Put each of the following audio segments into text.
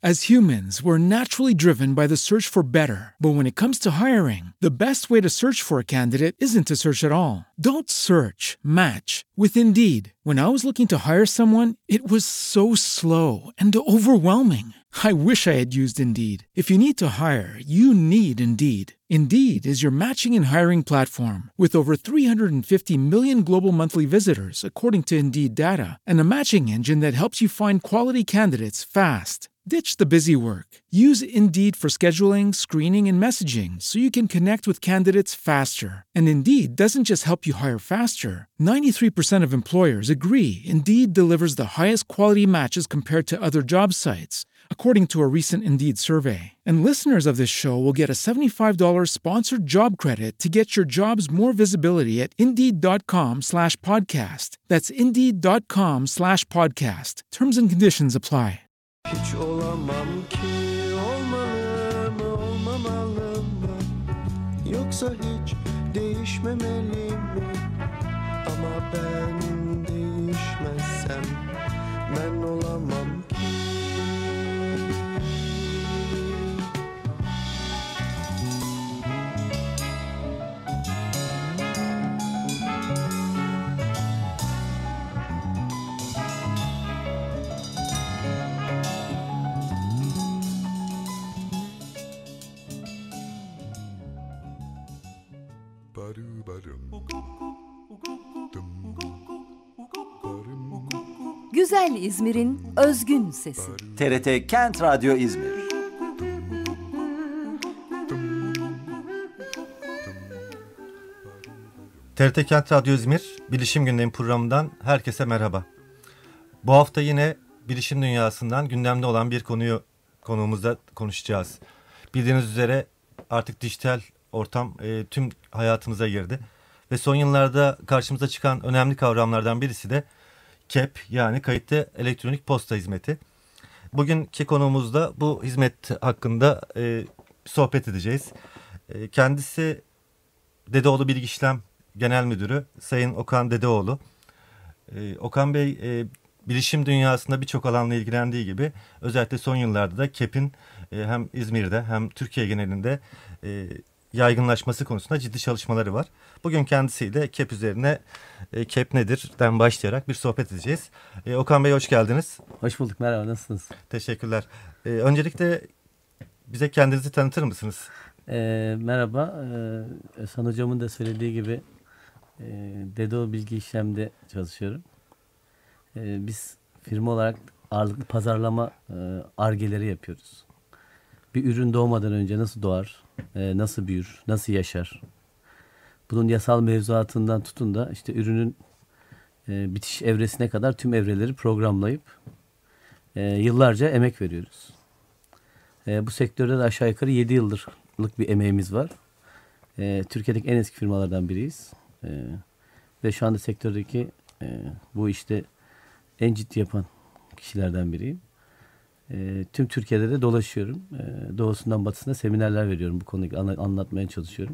As humans, we're naturally driven by the search for better. But when it comes to hiring, the best way to search for a candidate isn't to search at all. Don't search, match with Indeed. When I was looking to hire someone, it was so slow and overwhelming. I wish I had used Indeed. If you need to hire, you need Indeed. Indeed is your matching and hiring platform with over 350 million global monthly visitors, according to Indeed data, and a matching engine that helps you find quality candidates fast. Ditch the busy work. Use Indeed for scheduling, screening, and messaging so you can connect with candidates faster. And Indeed doesn't just help you hire faster. 93% of employers agree Indeed delivers the highest quality matches compared to other job sites, according to a recent Indeed survey. And listeners of this show will get a $75 sponsored job credit to get your jobs more visibility at Indeed.com/podcast. That's Indeed.com/podcast. Terms and conditions apply. Hiç olamam ki, olmalı mı, olmamalı mı? Yoksa hiç değişmemeli mi? Ama ben değişmezsem ben olamam ki. Güzel İzmir'in özgün sesi. TRT Kent Radyo İzmir. TRT Kent Radyo İzmir Bilişim Gündemi programından herkese merhaba. Bu hafta yine bilişim dünyasından gündemde olan bir konuğumuzla konuşacağız. Bildiğiniz üzere artık dijital ortam tüm hayatımıza girdi. Ve son yıllarda karşımıza çıkan önemli kavramlardan birisi de KEP, yani kayıtlı elektronik posta hizmeti. Bugünkü konuğumuzda bu hizmet hakkında sohbet edeceğiz. Kendisi Dedeoğlu Bilgi İşlem Genel Müdürü Sayın Okan Dedeoğlu. Okan Bey bilişim dünyasında birçok alanla ilgilendiği gibi özellikle son yıllarda da KEP'in hem İzmir'de hem Türkiye genelinde yaygınlaşması konusunda ciddi çalışmaları var. Bugün kendisiyle KEP üzerine KEP nedir'den başlayarak bir sohbet edeceğiz. Okan Bey hoş geldiniz. Hoş bulduk, merhaba, nasılsınız? Teşekkürler. Öncelikle bize kendinizi tanıtır mısınız? Merhaba, Özhan Hocam'ın da söylediği gibi Dedeoğlu Bilgi İşlem'de çalışıyorum. Biz firma olarak ağırlıklı pazarlama Ar-Ge'leri yapıyoruz. Bir ürün doğmadan önce nasıl doğar, nasıl büyür, nasıl yaşar? Bunun yasal mevzuatından tutun da işte ürünün bitiş evresine kadar tüm evreleri programlayıp yıllarca emek veriyoruz. Bu sektörde de aşağı yukarı 7 yıllık bir emeğimiz var. Türkiye'deki en eski firmalardan biriyiz. Ve şu anda sektördeki bu işte en ciddi yapan kişilerden biriyim. Tüm Türkiye'de de dolaşıyorum. Doğusundan batısına seminerler veriyorum. Bu konuyu anlatmaya çalışıyorum.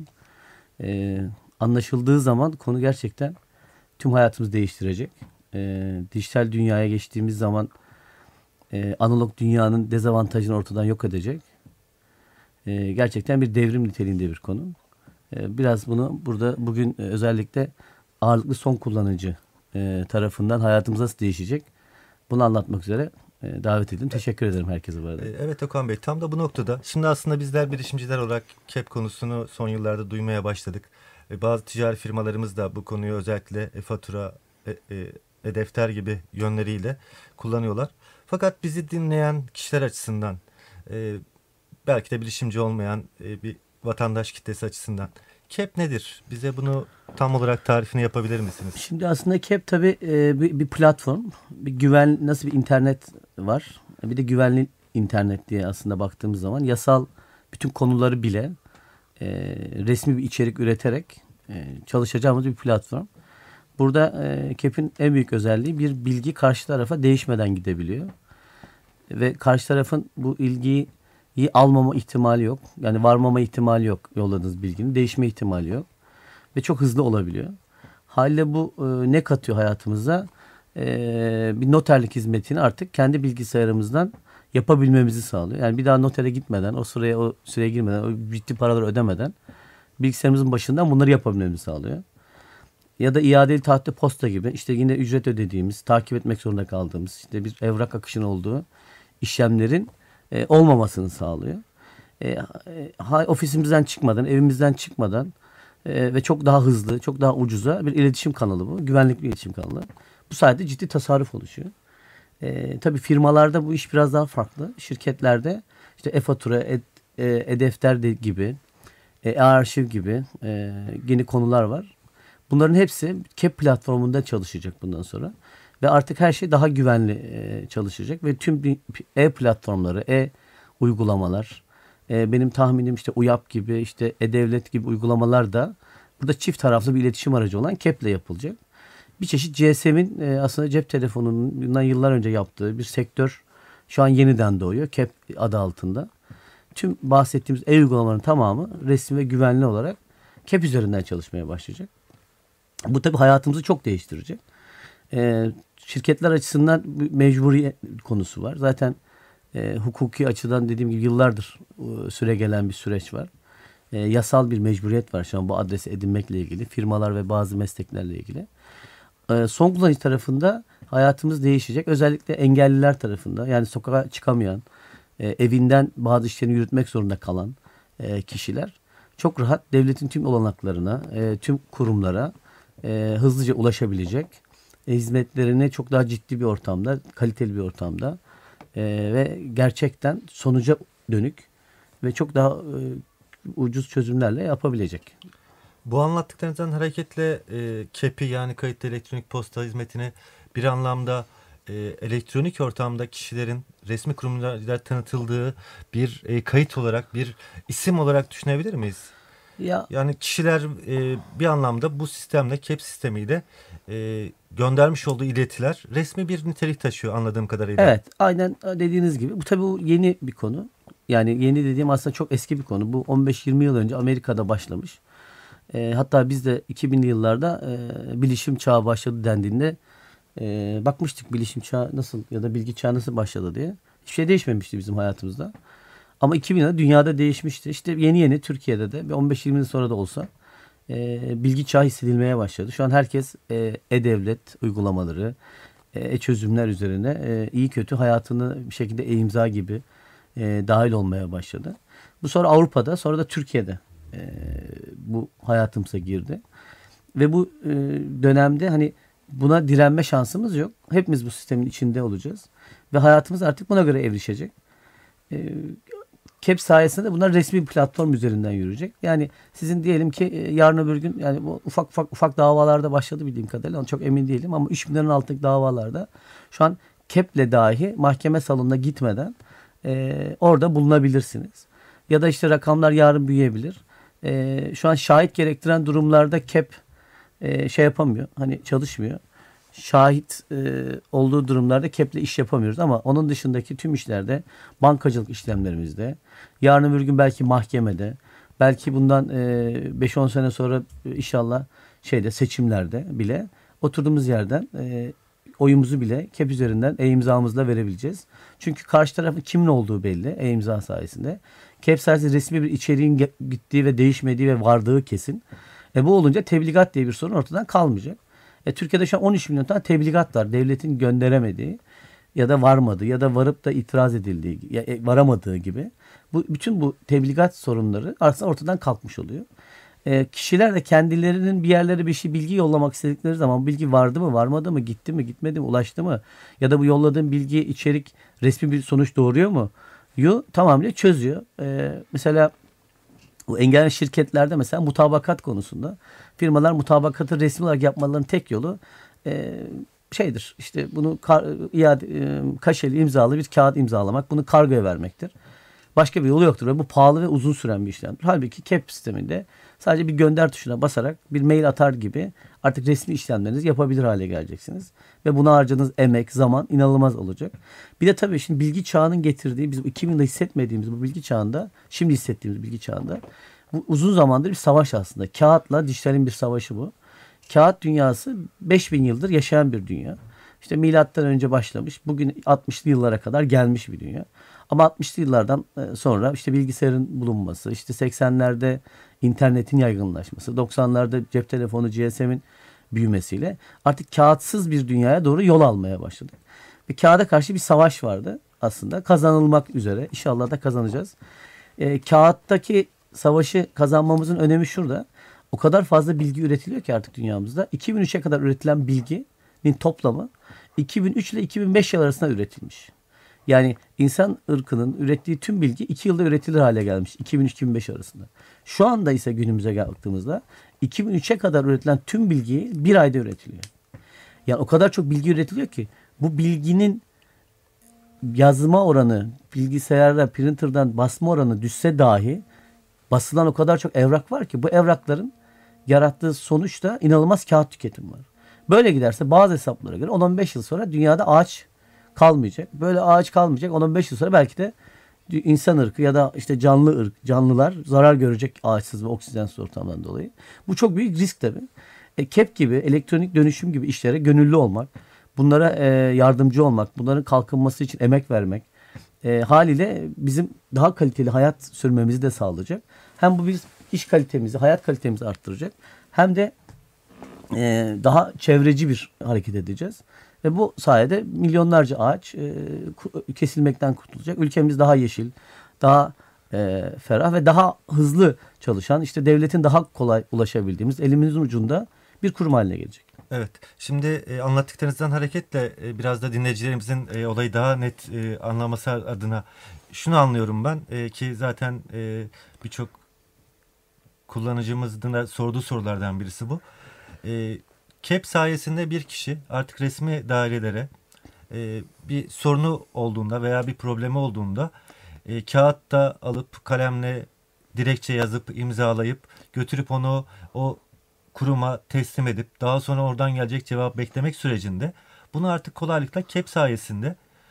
Anlaşıldığı zaman konu gerçekten tüm hayatımızı değiştirecek. Dijital dünyaya geçtiğimiz zaman analog dünyanın dezavantajını ortadan yok edecek. Gerçekten bir devrim niteliğinde bir konu. Biraz bunu burada bugün özellikle ağırlıklı son kullanıcı tarafından hayatımız nasıl değişecek bunu anlatmak üzere davet edildim. Teşekkür ederim herkese bu arada. Evet Okan Bey, tam da bu noktada. Şimdi aslında bizler bilişimciler olarak KEP konusunu son yıllarda duymaya başladık. Bazı ticari firmalarımız da bu konuyu özellikle fatura, defter gibi yönleriyle kullanıyorlar. Fakat bizi dinleyen kişiler açısından, belki de bilişimci olmayan bir vatandaş kitlesi açısından KEP nedir? Bize bunu tam olarak tarifini yapabilir misiniz? Şimdi aslında KEP tabii bir platform. Bir güven, nasıl bir internet var? Bir de güvenli internet diye aslında baktığımız zaman yasal bütün konuları bile resmi bir içerik üreterek çalışacağımız bir platform. Burada KEP'in en büyük özelliği bir bilgi karşı tarafa değişmeden gidebiliyor. Ve karşı tarafın bu ilgiyi almama ihtimali yok. Yani varmama ihtimali yok yolladığınız bilginin. Değişme ihtimali yok. Ve çok hızlı olabiliyor. Haliyle bu ne katıyor hayatımıza? Bir noterlik hizmetini artık kendi bilgisayarımızdan yapabilmemizi sağlıyor. Yani bir daha notere gitmeden, o süreye girmeden, o ciddi paraları ödemeden bilgisayarımızın başından bunları yapabilmemizi sağlıyor. Ya da iadeli taahhütte posta gibi işte yine ücret ödediğimiz, takip etmek zorunda kaldığımız işte bir evrak akışının olduğu işlemlerin olmamasını sağlıyor. Ofisimizden çıkmadan, evimizden çıkmadan ve çok daha hızlı, çok daha ucuza bir iletişim kanalı bu. Güvenlik bir iletişim kanalı. Bu sayede ciddi tasarruf oluşuyor. Tabii firmalarda bu iş biraz daha farklı. Şirketlerde işte e-fatura, e-defter gibi, e-arşiv gibi yeni konular var. Bunların hepsi KEP platformunda çalışacak bundan sonra. Ve artık her şey daha güvenli çalışacak. Ve tüm e-platformları, e-uygulamalar, benim tahminim işte UYAP gibi, işte e-devlet gibi uygulamalar da burada çift taraflı bir iletişim aracı olan KEP'le yapılacak. Bir çeşit GSM'in aslında cep telefonundan yıllar önce yaptığı bir sektör şu an yeniden doğuyor. KEP adı altında. Tüm bahsettiğimiz e-uygulamaların tamamı resmi ve güvenli olarak KEP üzerinden çalışmaya başlayacak. Bu tabii hayatımızı çok değiştirecek. Şirketler açısından bir mecburiyet konusu var. Zaten hukuki açıdan dediğim gibi yıllardır süre gelen bir süreç var. Yasal bir mecburiyet var şu an bu adresi edinmekle ilgili. Firmalar ve bazı mesleklerle ilgili. Son kullanıcı tarafında hayatımız değişecek. Özellikle engelliler tarafında yani sokağa çıkamayan, evinden bazı işlerini yürütmek zorunda kalan kişiler çok rahat devletin tüm olanaklarına, tüm kurumlara hızlıca ulaşabilecek. Hizmetlerini çok daha ciddi bir ortamda, kaliteli bir ortamda ve gerçekten sonuca dönük ve çok daha ucuz çözümlerle yapabilecek. Bu anlattıklarınızdan hareketle KEP'i yani kayıtlı elektronik posta hizmetini bir anlamda elektronik ortamda kişilerin resmi kurumlarla tanıtıldığı bir kayıt olarak, bir isim olarak düşünebilir miyiz? Yani kişiler bir anlamda bu sistemle, KEP sistemiyle göndermiş olduğu iletiler resmi bir nitelik taşıyor anladığım kadarıyla. Evet, aynen dediğiniz gibi. Bu tabii bu yeni bir konu. Yani yeni dediğim aslında çok eski bir konu. Bu 15-20 yıl önce Amerika'da başlamış. Hatta biz de 2000'li yıllarda bilişim çağı başladı dendiğinde bakmıştık bilişim çağı nasıl ya da bilgi çağı nasıl başladı diye. Hiçbir şey değişmemişti bizim hayatımızda. Ama 2000 yılında dünyada değişmişti. İşte yeni Türkiye'de de 15-20 yıl sonra da olsa bilgi çağı hissedilmeye başladı. Şu an herkes e-devlet uygulamaları, çözümler üzerine iyi kötü hayatını bir şekilde e-imza gibi dahil olmaya başladı. Bu sonra Avrupa'da sonra da Türkiye'de bu hayatımıza girdi. Ve bu dönemde hani buna direnme şansımız yok. Hepimiz bu sistemin içinde olacağız. Ve hayatımız artık buna göre evrişecek. KEP sayesinde bunlar resmi bir platform üzerinden yürüyecek. Yani sizin diyelim ki yarın öbür gün yani bu ufak davalarda başladı bildiğim kadarıyla. Çok emin değilim ama 3 milyonun altındaki davalarda şu an KEP'le dahi mahkeme salonuna gitmeden orada bulunabilirsiniz. Ya da işte rakamlar yarın büyüyebilir. Şu an şahit gerektiren durumlarda KEP şey yapamıyor. Hani çalışmıyor. Şahit olduğu durumlarda KEP'le iş yapamıyoruz ama onun dışındaki tüm işlerde bankacılık işlemlerimizde yarın öbür gün belki mahkemede belki bundan 5-10 sene sonra inşallah seçimlerde bile oturduğumuz yerden oyumuzu bile KEP üzerinden e-imzamızla verebileceğiz. Çünkü karşı tarafın kimin olduğu belli e-imza sayesinde. KEP sayesinde resmi bir içeriğin gittiği ve değişmediği ve vardığı kesin. Bu olunca tebligat diye bir sorun ortadan kalmayacak. Türkiye'de şu an 13 milyon tane tebligat var. Devletin gönderemediği ya da varmadığı ya da varıp da itiraz edildiği, varamadığı gibi. Bütün bu tebligat sorunları aslında ortadan kalkmış oluyor. Kişiler de kendilerinin bir yerlere bir bilgi yollamak istedikleri zaman bilgi vardı mı, varmadı mı, gitti mi, gitmedi mi, ulaştı mı? Ya da bu yolladığım bilgi, içerik resmi bir sonuç doğuruyor mu? Tamamıyla çözüyor. Mesela bu engelli şirketlerde mesela mutabakat konusunda firmalar mutabakatı resmi olarak yapmalarının tek yolu işte bunu kaşeli imzalı bir kağıt imzalamak, bunu kargoya vermektir. Başka bir yolu yoktur ve bu pahalı ve uzun süren bir işlemdir. Halbuki KEP sisteminde sadece bir gönder tuşuna basarak bir mail atar gibi artık resmi işlemlerinizi yapabilir hale geleceksiniz. Ve buna harcadığınız emek, zaman inanılmaz olacak. Bir de tabii şimdi bilgi çağının getirdiği, biz 2000'de hissetmediğimiz bu bilgi çağında, şimdi hissettiğimiz bilgi çağında bu uzun zamandır bir savaş aslında. Kağıtla dijitalin bir savaşı bu. Kağıt dünyası 5000 yıldır yaşayan bir dünya. işte milattan önce başlamış. Bugün 60'lı yıllara kadar gelmiş bir dünya. Ama 60'lı yıllardan sonra işte bilgisayarın bulunması, işte 80'lerde internetin yaygınlaşması, 90'larda cep telefonu, GSM'in büyümesiyle artık kağıtsız bir dünyaya doğru yol almaya başladık. Ve kağıda karşı bir savaş vardı aslında. Kazanılmak üzere. İnşallah da kazanacağız. Kağıttaki savaşı kazanmamızın önemi şurada. O kadar fazla bilgi üretiliyor ki artık dünyamızda. 2003'e kadar üretilen bilginin toplamı 2003 ile 2005 yıl arasında üretilmiş. Yani insan ırkının ürettiği tüm bilgi 2 yılda üretilir hale gelmiş. 2003-2005 arasında. Şu anda ise günümüze baktığımızda 2003'e kadar üretilen tüm bilgi bir ayda üretiliyor. Yani o kadar çok bilgi üretiliyor ki bu bilginin yazma oranı, bilgisayarda, printer'dan basma oranı düşse dahi basılan o kadar çok evrak var ki bu evrakların yarattığı sonuçta inanılmaz kağıt tüketimi var. Böyle giderse bazı hesaplara göre 10-15 yıl sonra dünyada ağaç kalmayacak. Böyle ağaç kalmayacak. 10-15 yıl sonra belki de insan ırkı ya da işte canlılar zarar görecek ağaçsız ve oksijensiz ortamdan dolayı. Bu çok büyük risk tabii. KEP gibi, elektronik dönüşüm gibi işlere gönüllü olmak, bunlara yardımcı olmak, bunların kalkınması için emek vermek haliyle bizim daha kaliteli hayat sürmemizi de sağlayacak. Hem bu biz iş kalitemizi, hayat kalitemizi arttıracak. Hem de daha çevreci bir hareket edeceğiz. Ve bu sayede milyonlarca ağaç kesilmekten kurtulacak. Ülkemiz daha yeşil, daha ferah ve daha hızlı çalışan, işte devletin daha kolay ulaşabildiğimiz, elimizin ucunda bir kurum haline gelecek. Evet. Şimdi anlattıklarınızdan hareketle biraz da dinleyicilerimizin olayı daha net anlaması adına şunu anlıyorum ben ki zaten birçok kullanıcımızın da sorduğu sorulardan birisi bu. KEP sayesinde bir kişi artık resmi dairelere bir sorunu olduğunda veya bir problemi olduğunda kağıtta alıp kalemle dilekçe yazıp imzalayıp götürüp onu o kuruma teslim edip daha sonra oradan gelecek cevap beklemek sürecinde bunu artık kolaylıkla KEP sayesinde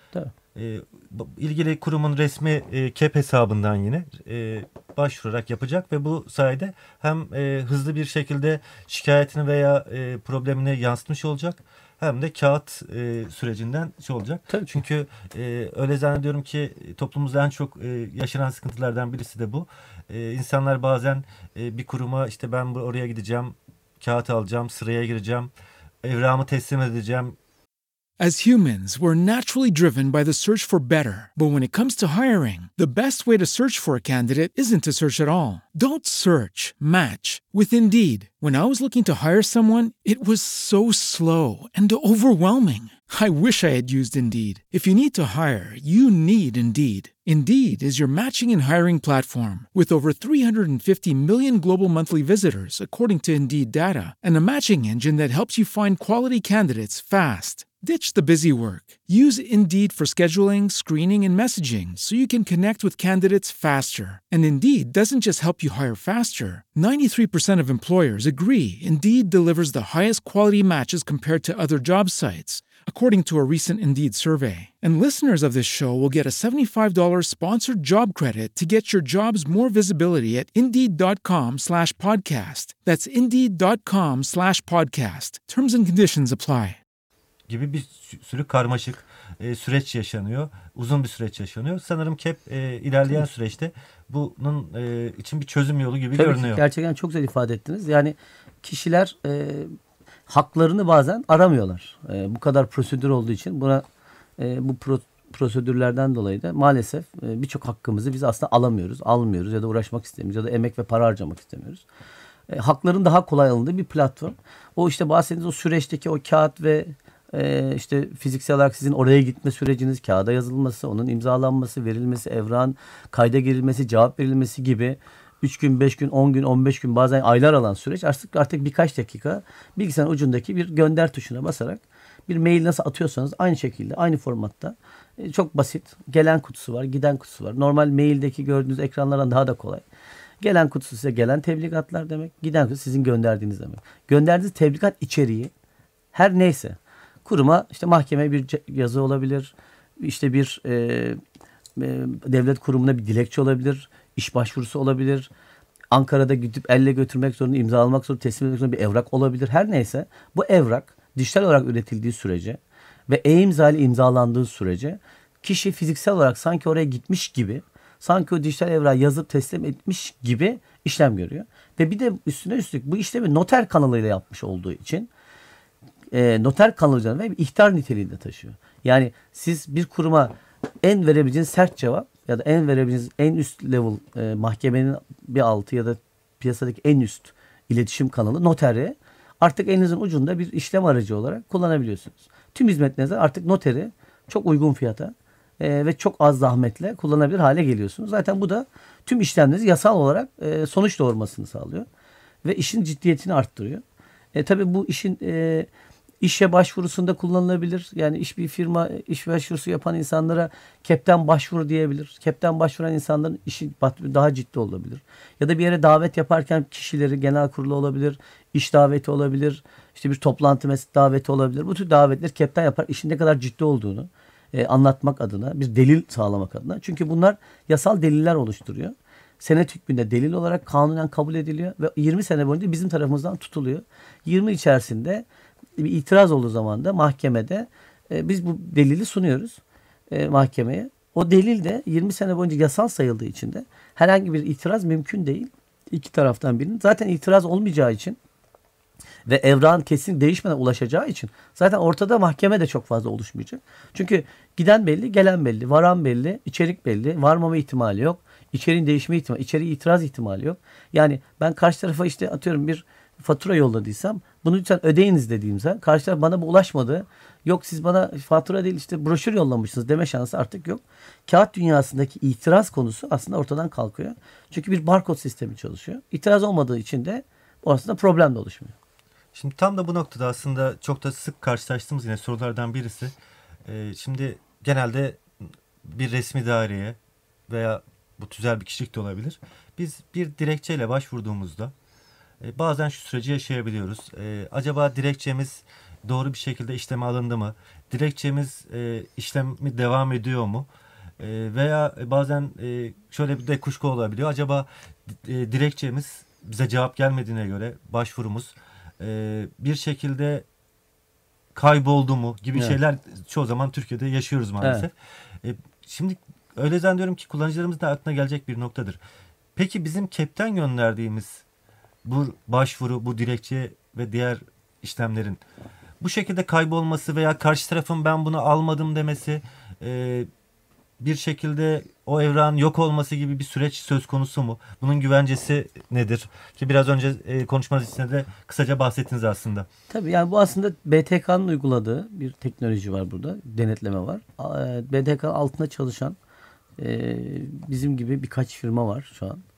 ilgili kurumun resmi KEP hesabından yine başvurarak yapacak ve bu sayede hem hızlı bir şekilde şikayetini veya problemini yansıtmış olacak hem de kağıt sürecinden olacak. Tabii. Çünkü öyle zannediyorum ki toplumumuzda en çok yaşanan sıkıntılardan birisi de bu. İnsanlar bazen bir kuruma işte ben oraya gideceğim, kağıt alacağım, sıraya gireceğim, evrağımı teslim edeceğim. As humans, we're naturally driven by the search for better. But when it comes to hiring, the best way to search for a candidate isn't to search at all. Don't search, match with Indeed. When I was looking to hire someone, it was so slow and overwhelming. I wish I had used Indeed. If you need to hire, you need Indeed. Indeed is your matching and hiring platform with over 350 million global monthly visitors, according to Indeed data, and a matching engine that helps you find quality candidates fast. Ditch the busy work. Use Indeed for scheduling, screening, and messaging so you can connect with candidates faster. And Indeed doesn't just help you hire faster. 93% of employers agree Indeed delivers the highest quality matches compared to other job sites, according to a recent Indeed survey. And listeners of this show will get a $75 sponsored job credit to get your jobs more visibility at Indeed.com/podcast. That's Indeed.com/podcast. Terms and conditions apply. Gibi bir sürü karmaşık süreç yaşanıyor. Uzun bir süreç yaşanıyor. Sanırım KEP ilerleyen süreçte bunun için bir çözüm yolu gibi Tabii görünüyor. Ki, gerçekten çok güzel ifade ettiniz. Yani kişiler haklarını bazen aramıyorlar. Bu kadar prosedür olduğu için bu prosedürlerden dolayı da maalesef birçok hakkımızı biz aslında almıyoruz ya da uğraşmak istemiyoruz ya da emek ve para harcamak istemiyoruz. Hakların daha kolay alındığı bir platform. O işte bahsettiğiniz o süreçteki o kağıt ve işte fiziksel olarak sizin oraya gitme süreciniz, kağıda yazılması, onun imzalanması, verilmesi, evrağın kayda girilmesi, cevap verilmesi gibi 3 gün, 5 gün, 10 gün, 15 gün bazen aylar alan süreç artık birkaç dakika bilgisayarın ucundaki bir gönder tuşuna basarak bir mail nasıl atıyorsanız aynı şekilde, aynı formatta çok basit. Gelen kutusu var, giden kutusu var. Normal maildeki gördüğünüz ekranlardan daha da kolay. Gelen kutusu size gelen tebligatlar demek. Giden kutusu sizin gönderdiğiniz demek. Gönderdiğiniz tebligat içeriği her neyse kuruma işte mahkemeye bir yazı olabilir. İşte bir devlet kurumuna bir dilekçe olabilir. İş başvurusu olabilir. Ankara'da gidip elle götürmek zorunda, imzalamak zorunda, teslim etmek zorunda bir evrak olabilir. Her neyse bu evrak dijital olarak üretildiği sürece ve e-imza ile imzalandığı sürece kişi fiziksel olarak sanki oraya gitmiş gibi, sanki o dijital evrağı yazıp teslim etmiş gibi işlem görüyor. Ve bir de üstüne üstlük bu işlemi noter kanalıyla yapmış olduğu için noter kanalı üzerinden ve bir ihtar niteliğinde taşıyor. Yani siz bir kuruma en verebileceğiniz sert cevap ya da en verebileceğiniz en üst level mahkemenin bir altı ya da piyasadaki en üst iletişim kanalı noteri artık elinizin ucunda bir işlem aracı olarak kullanabiliyorsunuz. Tüm hizmetlerinizde artık noteri çok uygun fiyata ve çok az zahmetle kullanabilir hale geliyorsunuz. Zaten bu da tüm işlemlerinizi yasal olarak sonuç doğurmasını sağlıyor ve işin ciddiyetini arttırıyor. Tabii bu işin işe başvurusunda kullanılabilir. Yani bir firma iş başvurusu yapan insanlara kepten başvuru diyebilir. Kepten başvuran insanların işi daha ciddi olabilir. Ya da bir yere davet yaparken kişileri genel kurulu olabilir, iş daveti olabilir, işte bir toplantı daveti olabilir. Bu tür davetler kepten yapar. İşin ne kadar ciddi olduğunu anlatmak adına, bir delil sağlamak adına. Çünkü bunlar yasal deliller oluşturuyor. Senet hükmünde delil olarak kanunen kabul ediliyor ve 20 sene boyunca bizim tarafımızdan tutuluyor. 20 içerisinde bir itiraz olduğu zaman da mahkemede biz bu delili sunuyoruz mahkemeye. O delil de 20 sene boyunca yasal sayıldığı için de herhangi bir itiraz mümkün değil. İki taraftan birinin. Zaten itiraz olmayacağı için ve evrağın kesin değişmeden ulaşacağı için zaten ortada mahkeme de çok fazla oluşmayacak. Çünkü giden belli, gelen belli, varan belli, içerik belli, varmama ihtimali yok. İçeriğin değişme ihtimali, içeriği itiraz ihtimali yok. Yani ben karşı tarafa işte atıyorum bir fatura yolladıysam bunu lütfen ödeyiniz dediğimde karşı taraf bana bu ulaşmadı. Yok siz bana fatura değil işte broşür yollamışsınız deme şansı artık yok. Kağıt dünyasındaki itiraz konusu aslında ortadan kalkıyor. Çünkü bir barkod sistemi çalışıyor. İtiraz olmadığı için de aslında problem de oluşmuyor. Şimdi tam da bu noktada aslında çok da sık karşılaştığımız yine sorulardan birisi. Şimdi genelde bir resmi daireye veya bu tüzel bir kişilik de olabilir. Biz bir dilekçeyle başvurduğumuzda bazen şu süreci yaşayabiliyoruz. Acaba dilekçemiz doğru bir şekilde işleme alındı mı? Dilekçemiz işlemi devam ediyor mu? Veya bazen şöyle bir de kuşku olabiliyor. Acaba dilekçemiz bize cevap gelmediğine göre başvurumuz bir şekilde kayboldu mu gibi şeyler çoğu zaman Türkiye'de yaşıyoruz maalesef. Şimdi öyle zannediyorum ki kullanıcılarımız da aklına gelecek bir noktadır. Peki bizim KEP'ten gönderdiğimiz bu başvuru, bu dilekçe ve diğer işlemlerin bu şekilde kaybolması veya karşı tarafın ben bunu almadım demesi, bir şekilde o evrağın yok olması gibi bir süreç söz konusu mu? Bunun güvencesi nedir? Ki biraz önce konuşmanız içinde de kısaca bahsettiniz aslında. Tabii yani bu aslında BTK'nın uyguladığı bir teknoloji var burada. Denetleme var. BTK altında çalışan bizim gibi birkaç firma var şu an.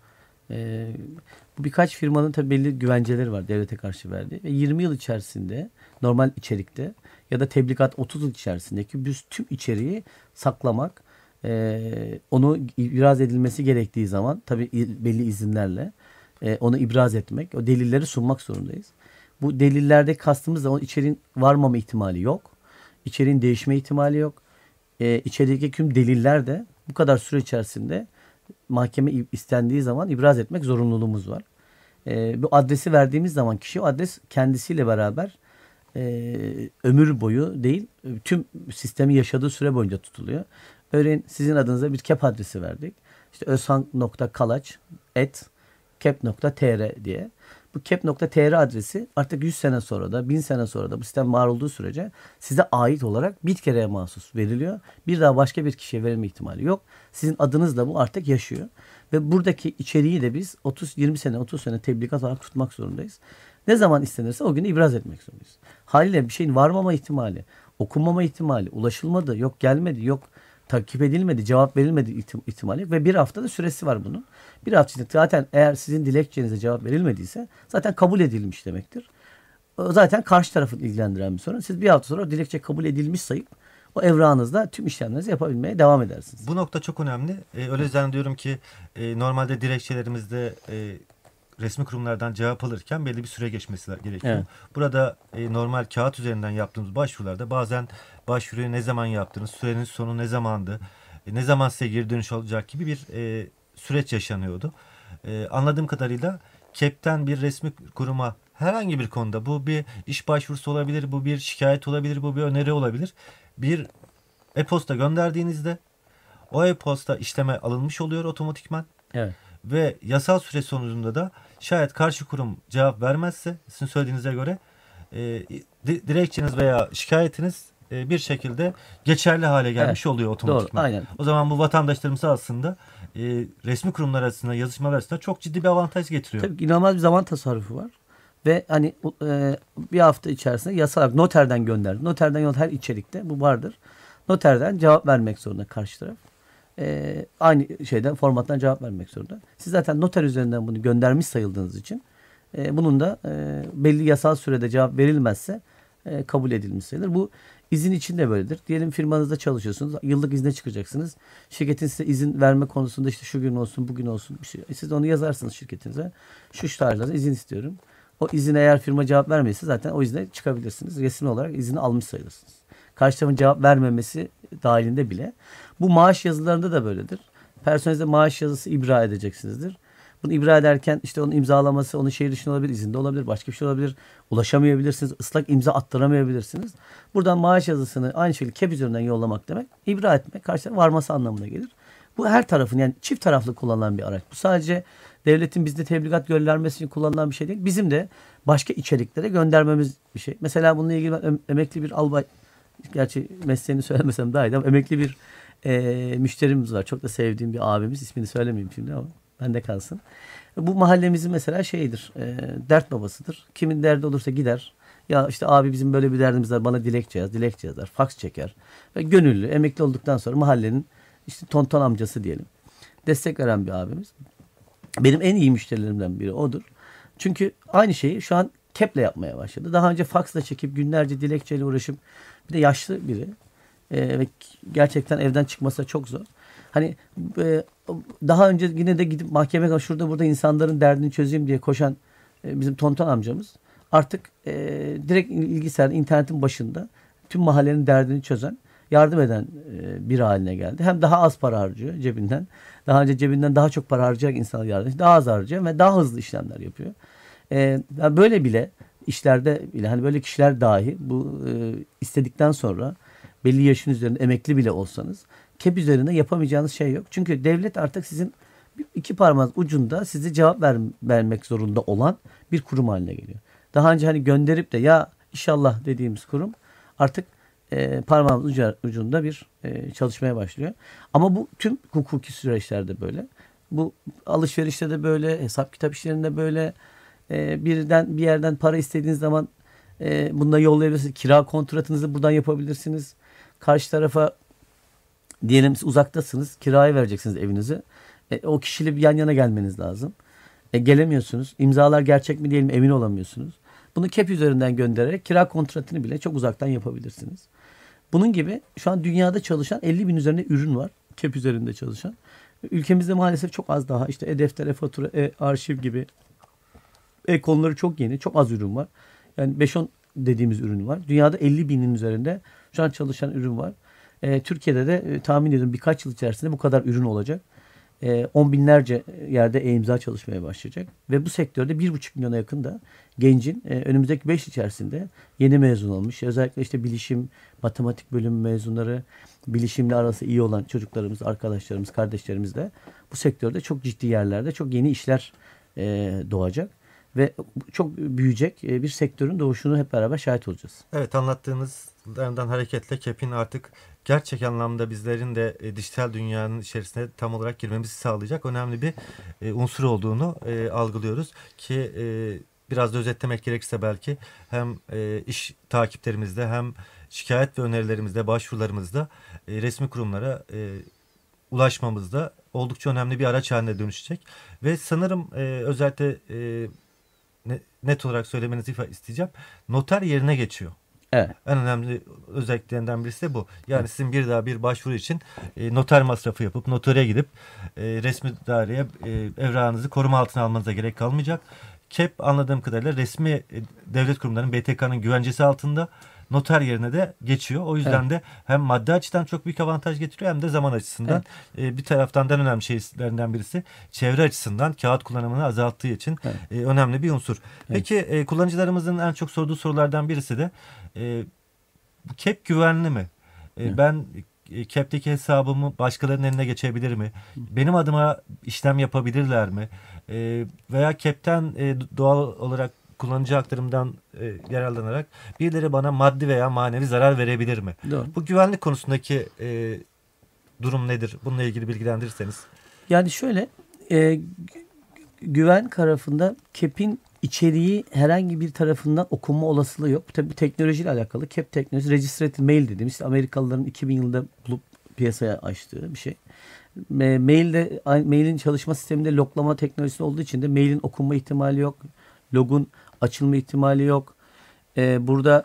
Bu birkaç firmanın tabii belli güvenceleri var devlete karşı verdiği. Ve 20 yıl içerisinde normal içerikte ya da tebligat 30 yıl içerisindeki biz tüm içeriği saklamak, onu ibraz edilmesi gerektiği zaman tabii belli izinlerle onu ibraz etmek, o delilleri sunmak zorundayız. Bu delillerde kastımız da o içeriğin varmama ihtimali yok. İçeriğin değişme ihtimali yok. İçerideki tüm deliller de bu kadar süre içerisinde mahkeme istendiği zaman ibraz etmek zorunluluğumuz var. Bu adresi verdiğimiz zaman kişi o adres kendisiyle beraber ömür boyu değil tüm sistemi yaşadığı süre boyunca tutuluyor. Örneğin sizin adınıza bir KEP adresi verdik. İşte özhan.kalaç@kep.tr diye. Bu kep.tr adresi artık 100 sene sonra da 1000 sene sonra da bu sistem var olduğu sürece size ait olarak bir kereye mahsus veriliyor. Bir daha başka bir kişiye verilme ihtimali yok. Sizin adınızla bu artık yaşıyor. Ve buradaki içeriği de biz 20 sene 30 sene tebligat olarak tutmak zorundayız. Ne zaman istenirse o günü ibraz etmek zorundayız. Haliyle bir şeyin varmama ihtimali, okunmama ihtimali, ulaşılmadı, yok gelmedi, yok takip edilmedi, cevap verilmedi ihtimali ve bir haftada süresi var bunun. Bir hafta içinde zaten eğer sizin dilekçenize cevap verilmediyse zaten kabul edilmiş demektir. O zaten karşı tarafı ilgilendiren bir sorun. Siz bir hafta sonra o dilekçe kabul edilmiş sayıp o evrağınızda tüm işlemlerinizi yapabilmeye devam edersiniz. Bu nokta çok önemli. Öyle zannediyorum ki normalde dilekçelerimizde resmi kurumlardan cevap alırken belli bir süre geçmesi gerekiyor. Evet. Burada normal kağıt üzerinden yaptığımız başvurularda bazen başvuruyu ne zaman yaptınız, sürenin sonu ne zamandı, ne zaman size geri dönüş olacak gibi bir süreç yaşanıyordu. Anladığım kadarıyla KEP'ten bir resmi kuruma herhangi bir konuda bu bir iş başvurusu olabilir, bu bir şikayet olabilir, bu bir öneri olabilir. bir e-posta gönderdiğinizde o e-posta işleme alınmış oluyor otomatikman. Evet. Ve yasal süre sonucunda da şayet karşı kurum cevap vermezse sizin söylediğinize göre dilekçeniz veya şikayetiniz bir şekilde geçerli hale gelmiş oluyor otomatikman. Doğru, aynen. O zaman bu vatandaşlarımıza aslında resmi kurumlar arasında, yazışmalar arasında çok ciddi bir avantaj getiriyor. Tabii inanılmaz bir zaman tasarrufu var. Ve hani bir hafta içerisinde yasal noterden gönderdi. Noterden her içerikte bu vardır. Noterden cevap vermek zorunda karşı taraf. Aynı şeyden formattan cevap vermek zorunda. Siz zaten noter üzerinden bunu göndermiş sayıldığınız için bunun da belli yasal sürede cevap verilmezse kabul edilmiş sayılır. Bu izin için de böyledir. Diyelim firmanızda çalışıyorsunuz. Yıllık izne çıkacaksınız. Şirketin size izin verme konusunda işte şu gün olsun, bugün olsun bir şey. Siz onu yazarsınız şirketinize. Şu tarihlerde izin istiyorum. O izine eğer firma cevap vermezse zaten o izne çıkabilirsiniz. Resmi olarak izni almış sayılırsınız. Karşı tarafın cevap vermemesi dahilinde bile. Bu maaş yazılarında da böyledir. Personelinize maaş yazısı ibra edeceksinizdir. Bunu ibra ederken işte onun imzalaması, onun şehir dışında olabilir, izinde olabilir, başka bir şey olabilir. Ulaşamayabilirsiniz, ıslak imza attıramayabilirsiniz. Buradan maaş yazısını aynı şekilde KEP üzerinden yollamak demek, ibra etmek, karşı tarafa varması anlamına gelir. Bu her tarafın yani çift taraflı kullanılan bir araç. Bu sadece devletin bizde tebligat göndermesi için kullanılan bir şey değil. Bizim de başka içeriklere göndermemiz bir şey. Mesela bununla ilgili ben emekli bir albay, gerçi mesleğini söylemesem daha iyi ama emekli bir müşterimiz var. Çok da sevdiğim bir abimiz. İsmini söylemeyeyim şimdi ama bende kalsın. Bu mahallemizin mesela şeyidir. Dert babasıdır. Kimin derdi olursa gider. Ya işte abi bizim böyle bir derdimiz var. Bana dilekçe yaz. Dilekçe yazar. Faks çeker. Ve gönüllü. Emekli olduktan sonra mahallenin işte tonton amcası diyelim. Destek veren bir abimiz. Benim en iyi müşterilerimden biri odur. Çünkü aynı şeyi şu an KEP'le yapmaya başladı. Daha önce faksla çekip günlerce dilekçeyle uğraşıp bir de yaşlı biri. Ve gerçekten evden çıkması çok zor. Hani daha önce yine de gidip mahkemeye şurada burada insanların derdini çözeyim diye koşan bizim tonton amcamız artık direkt bilgisayarda internetin başında tüm mahallenin derdini çözen, yardım eden bir haline geldi. Hem daha az para harcıyor cebinden. Daha önce cebinden daha çok para harcayarak insanlara yardım ediyor. Daha az harcıyor ve daha hızlı işlemler yapıyor. Yani böyle bile işlerde bile hani böyle kişiler dahi bu istedikten sonra belli yaşın üzerinde emekli bile olsanız KEP üzerinde yapamayacağınız şey yok. Çünkü devlet artık sizin iki parmağınız ucunda size cevap vermek zorunda olan bir kurum haline geliyor. Daha önce hani gönderip de ya inşallah dediğimiz kurum artık parmağımız ucunda bir çalışmaya başlıyor. Ama bu tüm hukuki süreçlerde böyle. Bu alışverişte de böyle, hesap kitap işlerinde böyle. Bir yerden para istediğiniz zaman bunda yollayabilirsiniz. Kira kontratınızı buradan yapabilirsiniz. Karşı tarafa diyelim siz uzaktasınız. Kiraya vereceksiniz evinizi. O kişiyle bir yan yana gelmeniz lazım. Gelemiyorsunuz. İmzalar gerçek mi değil mi emin olamıyorsunuz. Bunu KEP üzerinden göndererek kira kontratını bile çok uzaktan yapabilirsiniz. Bunun gibi şu an dünyada çalışan 50 bin üzerinde ürün var. KEP üzerinde çalışan. Ülkemizde maalesef çok az daha işte e-defter, e-fatura, e-arşiv gibi konuları çok yeni. Çok az ürün var. Yani 5-10 dediğimiz ürün var. Dünyada 50 binin üzerinde şu an çalışan ürün var. Türkiye'de de tahmin ediyorum birkaç yıl içerisinde bu kadar ürün olacak. 10 binlerce yerde e-imza çalışmaya başlayacak. Ve bu sektörde 1,5 milyona yakın da gencin önümüzdeki 5 içerisinde yeni mezun olmuş. Özellikle işte bilişim, matematik bölümü mezunları, bilişimle arası iyi olan çocuklarımız, arkadaşlarımız, kardeşlerimiz de bu sektörde çok ciddi yerlerde çok yeni işler doğacak. Ve çok büyüyecek bir sektörün doğuşunu hep beraber şahit olacağız. Evet, anlattığınızdan hareketle KEP'in artık gerçek anlamda bizlerin de dijital dünyanın içerisine tam olarak girmemizi sağlayacak önemli bir unsur olduğunu algılıyoruz. Ki biraz da özetlemek gerekirse belki hem iş takiplerimizde hem şikayet ve önerilerimizde, başvurularımızda resmi kurumlara ulaşmamızda oldukça önemli bir araç haline dönüşecek. Ve sanırım özellikle net olarak söylemenizi isteyeceğim. Noter yerine geçiyor. Evet. En önemli özelliklerinden birisi de bu. Yani sizin bir daha bir başvuru için noter masrafı yapıp notere gidip resmi daireye evrakınızı koruma altına almanıza gerek kalmayacak. KEP anladığım kadarıyla resmi devlet kurumlarının BTK'nın güvencesi altında noter yerine de geçiyor. O yüzden de hem maddi açıdan çok büyük avantaj getiriyor hem de zaman açısından bir taraftan da en önemli şeylerinden birisi çevre açısından kağıt kullanımını azalttığı için önemli bir unsur. Peki kullanıcılarımızın en çok sorduğu sorulardan birisi de KEP güvenli mi? Ben Kep'teki hesabımı başkalarının eline geçebilir mi? Benim adıma işlem yapabilirler mi? Veya Kep'ten doğal olarak kullanıcı aktarımdan yararlanarak birileri bana maddi veya manevi zarar verebilir mi? Doğru. Bu güvenlik konusundaki durum nedir? Bununla ilgili bilgilendirirseniz. Yani şöyle güven tarafında Kep'in içeriği herhangi bir tarafından okunma olasılığı yok. Tabii teknolojiyle alakalı. Kep teknolojisi registered mail dediğimiz işte Amerikalıların 2000 yılında bulup piyasaya açtığı bir şey. Mailin çalışma sisteminde loglama teknolojisi olduğu için de mailin okunma ihtimali yok. Logun açılma ihtimali yok. Burada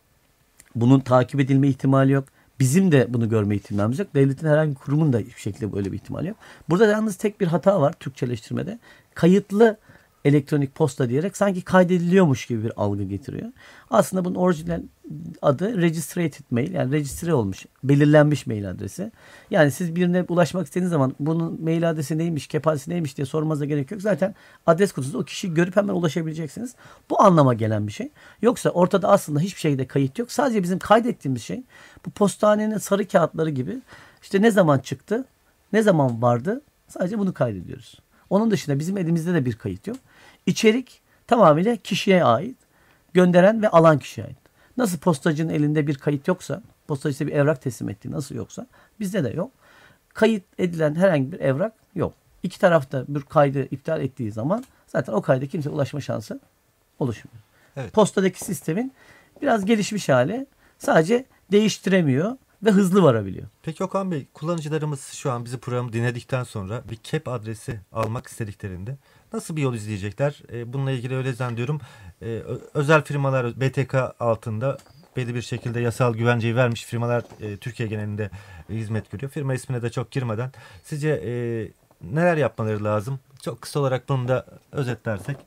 bunun takip edilme ihtimali yok. Bizim de bunu görme ihtimalimiz yok. Devletin herhangi bir kurumun da hiçbir şekilde böyle bir ihtimali yok. Burada yalnız tek bir hata var Türkçeleştirmede. Kayıtlı elektronik posta diyerek sanki kaydediliyormuş gibi bir algı getiriyor. Aslında bunun orijinal adı registered mail, yani registre olmuş, belirlenmiş mail adresi. Yani siz birine ulaşmak istediğiniz zaman bunun mail adresi neymiş, Kep adresi neymiş diye sormanıza gerek yok. Zaten adres kutusunda o kişiyi görüp hemen ulaşabileceksiniz. Bu anlama gelen bir şey. Yoksa ortada aslında hiçbir şeyde kayıt yok. Sadece bizim kaydettiğimiz şey bu postanenin sarı kağıtları gibi işte ne zaman çıktı, ne zaman vardı, sadece bunu kaydediyoruz. Onun dışında bizim elimizde de bir kayıt yok. İçerik tamamıyla kişiye ait, gönderen ve alan kişiye ait. Nasıl postacının elinde bir kayıt yoksa, postacı size bir evrak teslim ettiği nasıl yoksa bizde de yok. Kayıt edilen herhangi bir evrak yok. İki tarafta bir kaydı iptal ettiği zaman zaten o kayda kimse ulaşma şansı oluşmuyor. Evet. Postadaki sistemin biraz gelişmiş hali, sadece değiştiremiyor ve hızlı varabiliyor. Peki Okan Bey, kullanıcılarımız şu an bizi programı dinledikten sonra bir Kep adresi almak istediklerinde nasıl bir yol izleyecekler? Bununla ilgili öyle zannediyorum. Özel firmalar BTK altında belli bir şekilde yasal güvenceyi vermiş firmalar Türkiye genelinde hizmet görüyor. Firma ismine de çok girmeden sizce neler yapmaları lazım? Çok kısa olarak bunu da özetlersek.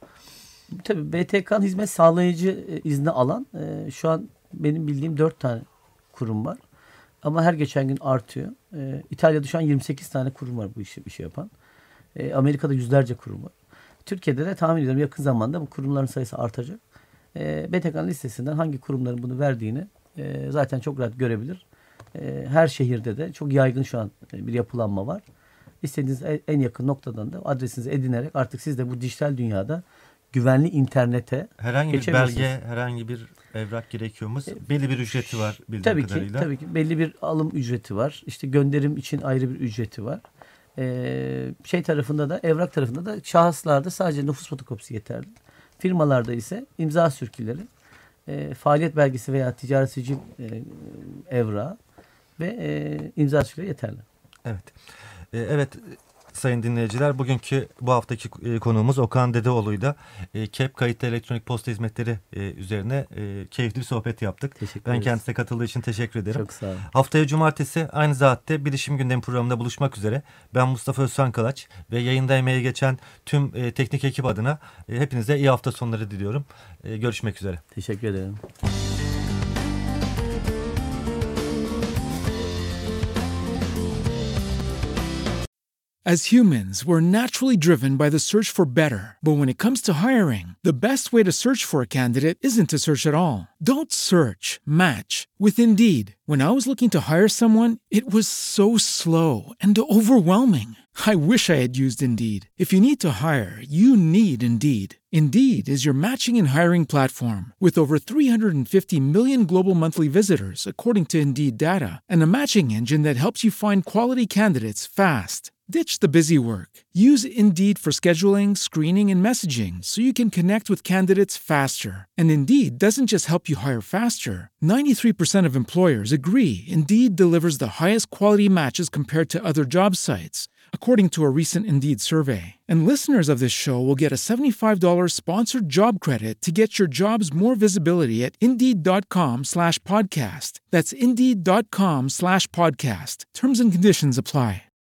Tabii BTK'nın hizmet sağlayıcı izni alan şu an benim bildiğim 4 tane kurum var. Ama her geçen gün artıyor. İtalya'da şu an 28 tane kurum var bu işi yapan. Amerika'da yüzlerce kurum var. Türkiye'de de tahmin ediyorum yakın zamanda bu kurumların sayısı artacak. BTK'nın listesinden hangi kurumların bunu verdiğini zaten çok rahat görebilir. Her şehirde de çok yaygın şu an bir yapılanma var. İstediğiniz en yakın noktadan da adresinizi edinerek artık siz de bu dijital dünyada güvenli internete herhangi bir belge, herhangi bir evrak gerekiyor mu? Belli bir ücreti var bildiğim kadarıyla. Tabii ki belli bir alım ücreti var. İşte gönderim için ayrı bir ücreti var. Tarafında da, evrak tarafında da şahıslarda sadece nüfus fotokopisi yeterli. Firmalarda ise imza sürküleri, faaliyet belgesi veya ticaret sicil evrağı ve imza sürküleri yeterli. Evet. Evet sayın dinleyiciler, bu haftaki konuğumuz Okan Dedeoğlu'ydu. Kep kayıtlı elektronik posta hizmetleri üzerine keyifli bir sohbet yaptık. Ben kendisine katıldığı için teşekkür ederim. Çok sağ olun. Haftaya cumartesi aynı saatte Bilişim Gündemi programında buluşmak üzere. Ben Mustafa Özsan Kalaç ve yayında emeği geçen tüm teknik ekip adına hepinize iyi hafta sonları diliyorum. Görüşmek üzere. Teşekkür ederim. As humans, we're naturally driven by the search for better. But when it comes to hiring, the best way to search for a candidate isn't to search at all. Don't search, match with Indeed. When I was looking to hire someone, it was so slow and overwhelming. I wish I had used Indeed. If you need to hire, you need Indeed. Indeed is your matching and hiring platform with over 350 million global monthly visitors, according to Indeed data, and a matching engine that helps you find quality candidates fast. Ditch the busy work. Use Indeed for scheduling, screening, and messaging so you can connect with candidates faster. And Indeed doesn't just help you hire faster. 93% of employers agree Indeed delivers the highest quality matches compared to other job sites, according to a recent Indeed survey. And listeners of this show will get a $75 sponsored job credit to get your jobs more visibility at Indeed.com/podcast. That's Indeed.com/podcast. Terms and conditions apply.